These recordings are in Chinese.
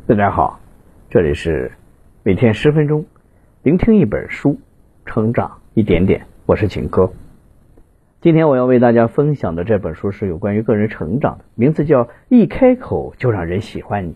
大家好，这里是每天10分钟，聆听一本书，成长一点点。我是秦哥。今天我要为大家分享的这本书是有关于个人成长的，名字叫《一开口就让人喜欢你》。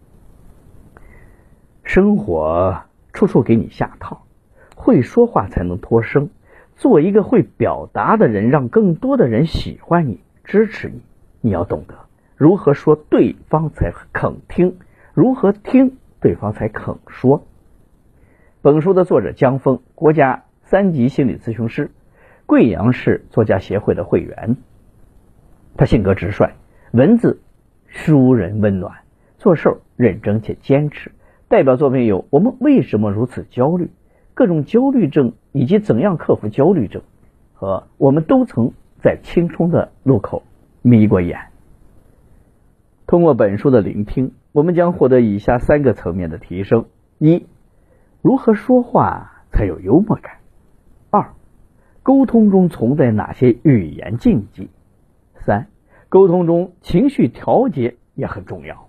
生活处处给你下套，会说话才能脱生。做一个会表达的人，让更多的人喜欢你、支持你。你要懂得如何说对方才肯听，如何听对方才肯说。本书的作者江峰，国家3级心理咨询师，贵阳市作家协会的会员。他性格直率，文字舒人温暖，做事认真且坚持。代表作品有《我们为什么如此焦虑》、各种焦虑症以及怎样克服焦虑症，和我们都曾在青春的路口迷过眼。通过本书的聆听，我们将获得以下3个层面的提升： 1. 如何说话才有幽默感； 2. 沟通中存在哪些语言禁忌； 3. 沟通中情绪调节也很重要。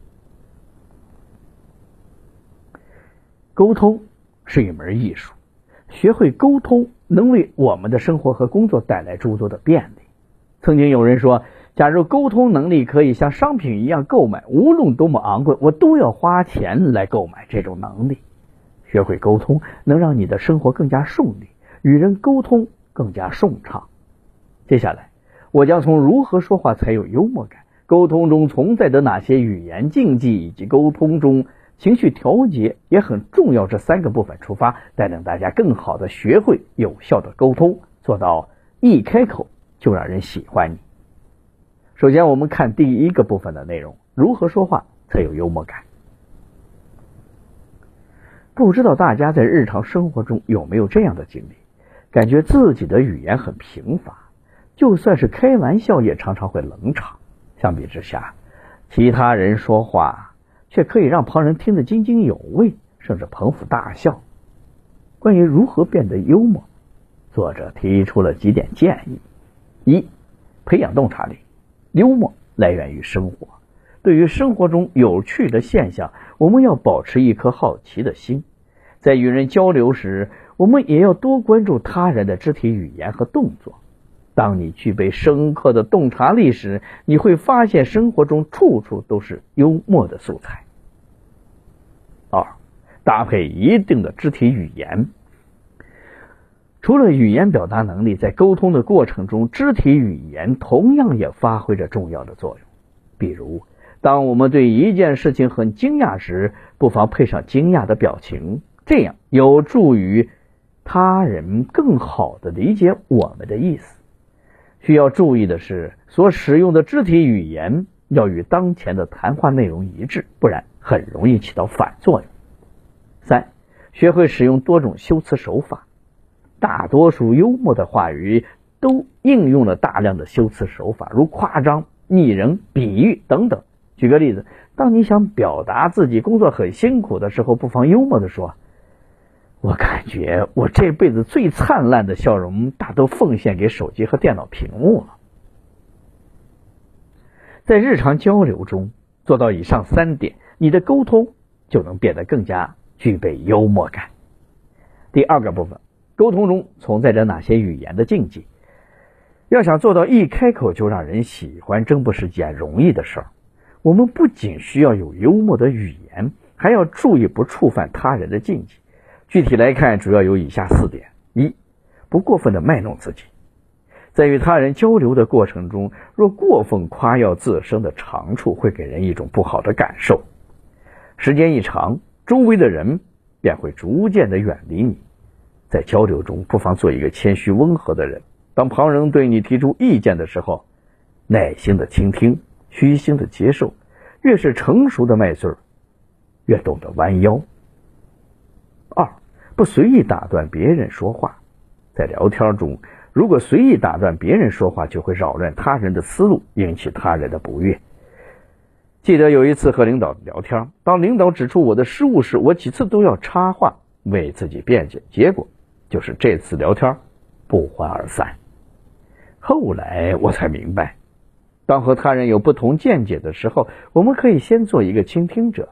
沟通是一门艺术，学会沟通能为我们的生活和工作带来诸多的便利。曾经有人说，假如沟通能力可以像商品一样购买，无论多么昂贵，我都要花钱来购买这种能力。学会沟通能让你的生活更加顺利，与人沟通更加顺畅。接下来我将从如何说话才有幽默感，沟通中存在的哪些语言禁忌，以及沟通中情绪调节也很重要这3个部分出发，带领大家更好的学会有效的沟通，做到一开口就让人喜欢你。首先我们看第1个部分的内容，如何说话才有幽默感。不知道大家在日常生活中有没有这样的经历，感觉自己的语言很贫乏，就算是开玩笑也常常会冷场。相比之下，其他人说话却可以让旁人听得津津有味，甚至捧腹大笑。关于如何变得幽默，作者提出了几点建议。 1. 培养洞察力。幽默来源于生活，对于生活中有趣的现象，我们要保持一颗好奇的心。在与人交流时，我们也要多关注他人的肢体语言和动作。当你具备深刻的洞察力时，你会发现生活中处处都是幽默的素材。 2. 搭配一定的肢体语言。除了语言表达能力，在沟通的过程中，肢体语言同样也发挥着重要的作用。比如，当我们对一件事情很惊讶时，不妨配上惊讶的表情，这样有助于他人更好地理解我们的意思。需要注意的是，所使用的肢体语言要与当前的谈话内容一致，不然很容易起到反作用。 3. 学会使用多种修辞手法。大多数幽默的话语都应用了大量的修辞手法，如夸张、拟人、比喻等等。举个例子，当你想表达自己工作很辛苦的时候，不妨幽默地说，我感觉我这辈子最灿烂的笑容大都奉献给手机和电脑屏幕了。在日常交流中做到以上3点，你的沟通就能变得更加具备幽默感。第2个部分，沟通中存在着哪些语言的禁忌。要想做到一开口就让人喜欢，真不是件容易的事儿。我们不仅需要有幽默的语言，还要注意不触犯他人的禁忌。具体来看，主要有以下4点。 1. 不过分的卖弄自己。在与他人交流的过程中，若过分夸耀自身的长处，会给人一种不好的感受。时间一长，周围的人便会逐渐的远离你。在交流中，不妨做一个谦虚温和的人。当旁人对你提出意见的时候，耐心的倾听，虚心的接受。越是成熟的麦穗，越懂得弯腰。2. 不随意打断别人说话。在聊天中，如果随意打断别人说话，就会扰乱他人的思路，引起他人的不悦。记得有一次和领导聊天，当领导指出我的失误时，我几次都要插话为自己辩解，结果就是这次聊天不欢而散。后来我才明白，当和他人有不同见解的时候，我们可以先做一个倾听者，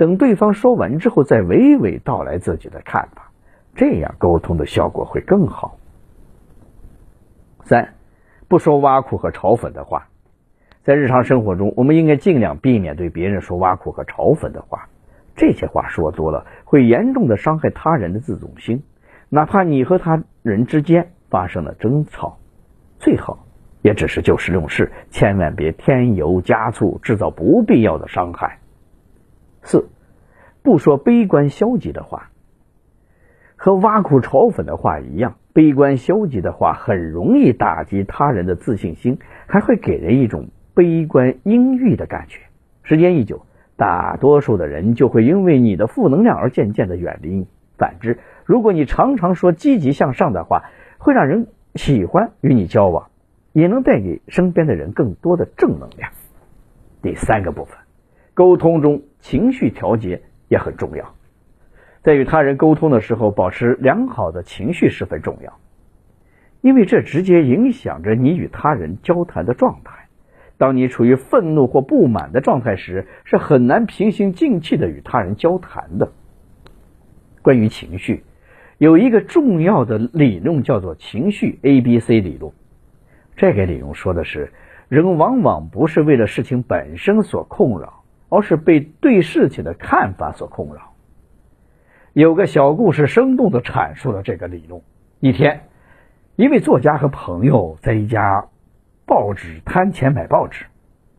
等对方说完之后再娓娓道来自己的看法，这样沟通的效果会更好。3. 不说挖苦和嘲讽的话。在日常生活中，我们应该尽量避免对别人说挖苦和嘲讽的话，这些话说多了会严重的伤害他人的自尊心，哪怕你和他人之间发生了争吵，最好也只是就事论事，千万别添油加醋，制造不必要的伤害。4. 不说悲观消极的话。和挖苦嘲讽的话一样，悲观消极的话很容易打击他人的自信心，还会给人一种悲观阴郁的感觉。时间一久，大多数的人就会因为你的负能量而渐渐的远离你。反之，如果你常常说积极向上的话，会让人喜欢与你交往，也能带给身边的人更多的正能量。第3个部分，沟通中情绪调节也很重要。在与他人沟通的时候，保持良好的情绪十分重要，因为这直接影响着你与他人交谈的状态。当你处于愤怒或不满的状态时，是很难平心静气的与他人交谈的。关于情绪，有一个重要的理论叫做情绪 ABC 理论。这个理论说的是，人往往不是为了事情本身所困扰，而是被对事情的看法所困扰。有个小故事生动地阐述了这个理论。一天，一位作家和朋友在一家报纸摊前买报纸。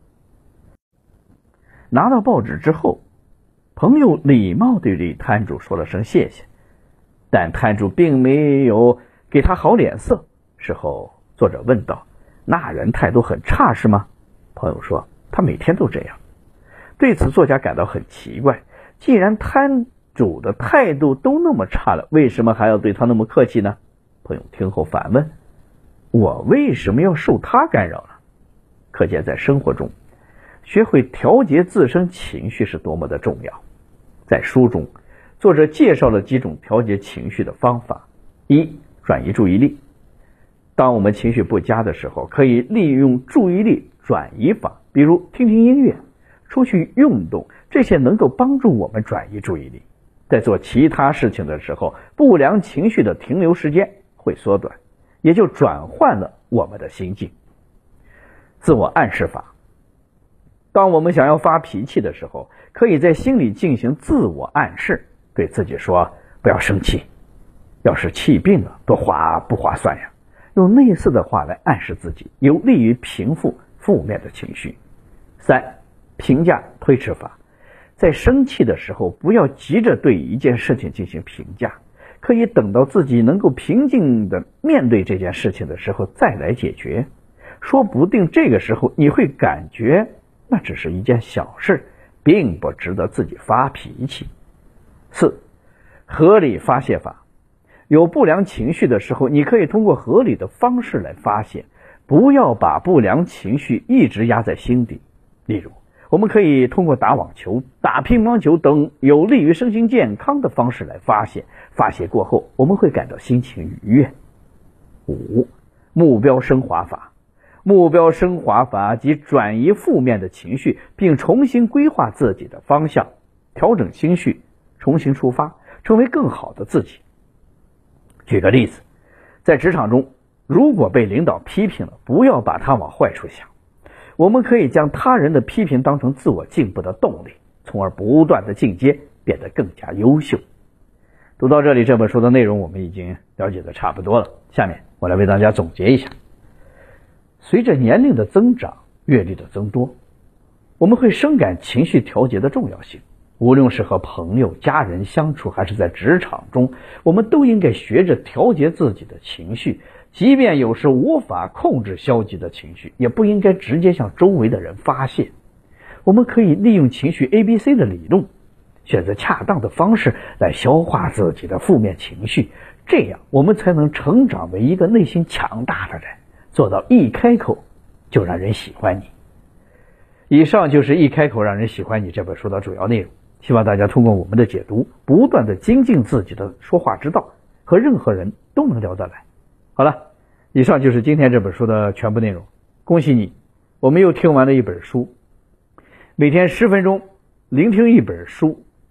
拿到报纸之后，朋友礼貌地对摊主说了声谢谢，但摊主并没有给他好脸色。事后，作者问道：“那人态度很差是吗？”朋友说：“他每天都这样。”对此，作家感到很奇怪，既然摊主的态度都那么差了，为什么还要对他那么客气呢？朋友听后反问：“我为什么要受他干扰呢？”可见在生活中，学会调节自身情绪是多么的重要。在书中，作者介绍了几种调节情绪的方法。1. 转移注意力。当我们情绪不佳的时候，可以利用注意力转移法，比如听听音乐、出去运动，这些能够帮助我们转移注意力。在做其他事情的时候，不良情绪的停留时间会缩短，也就转换了我们的心境。自我暗示法。当我们想要发脾气的时候，可以在心里进行自我暗示，对自己说：“不要生气，要是气病了，多花不划算呀。”用类似的话来暗示自己，有利于平复负面的情绪。3. 评价推迟法。在生气的时候，不要急着对一件事情进行评价，可以等到自己能够平静地面对这件事情的时候再来解决。说不定这个时候你会感觉那只是一件小事，并不值得自己发脾气。4. 合理发泄法。有不良情绪的时候，你可以通过合理的方式来发泄，不要把不良情绪一直压在心底。例如，我们可以通过打网球、打乒乓球等有利于身心健康的方式来发泄，发泄过后我们会感到心情愉悦。5. 目标升华法。目标升华法即转移负面的情绪，并重新规划自己的方向，调整心绪，重新出发，成为更好的自己。举个例子，在职场中，如果被领导批评了，不要把它往坏处想，我们可以将他人的批评当成自我进步的动力，从而不断的进阶，变得更加优秀。读到这里，这本书的内容我们已经了解的差不多了，下面我来为大家总结一下。随着年龄的增长，阅历的增多，我们会深感情绪调节的重要性。无论是和朋友、家人相处，还是在职场中，我们都应该学着调节自己的情绪，即便有时无法控制消极的情绪，也不应该直接向周围的人发泄。我们可以利用情绪 ABC 的理论，选择恰当的方式来消化自己的负面情绪，这样我们才能成长为一个内心强大的人，做到一开口就让人喜欢你。以上就是一开口让人喜欢你这本书的主要内容，希望大家通过我们的解读，不断的精进自己的说话之道，和任何人都能聊得来。好了，以上就是今天这本书的全部内容。恭喜你，我们又听完了一本书。每天10分钟聆听一本书，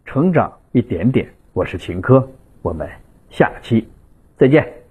成长一点点。我是秦科，我们下期再见。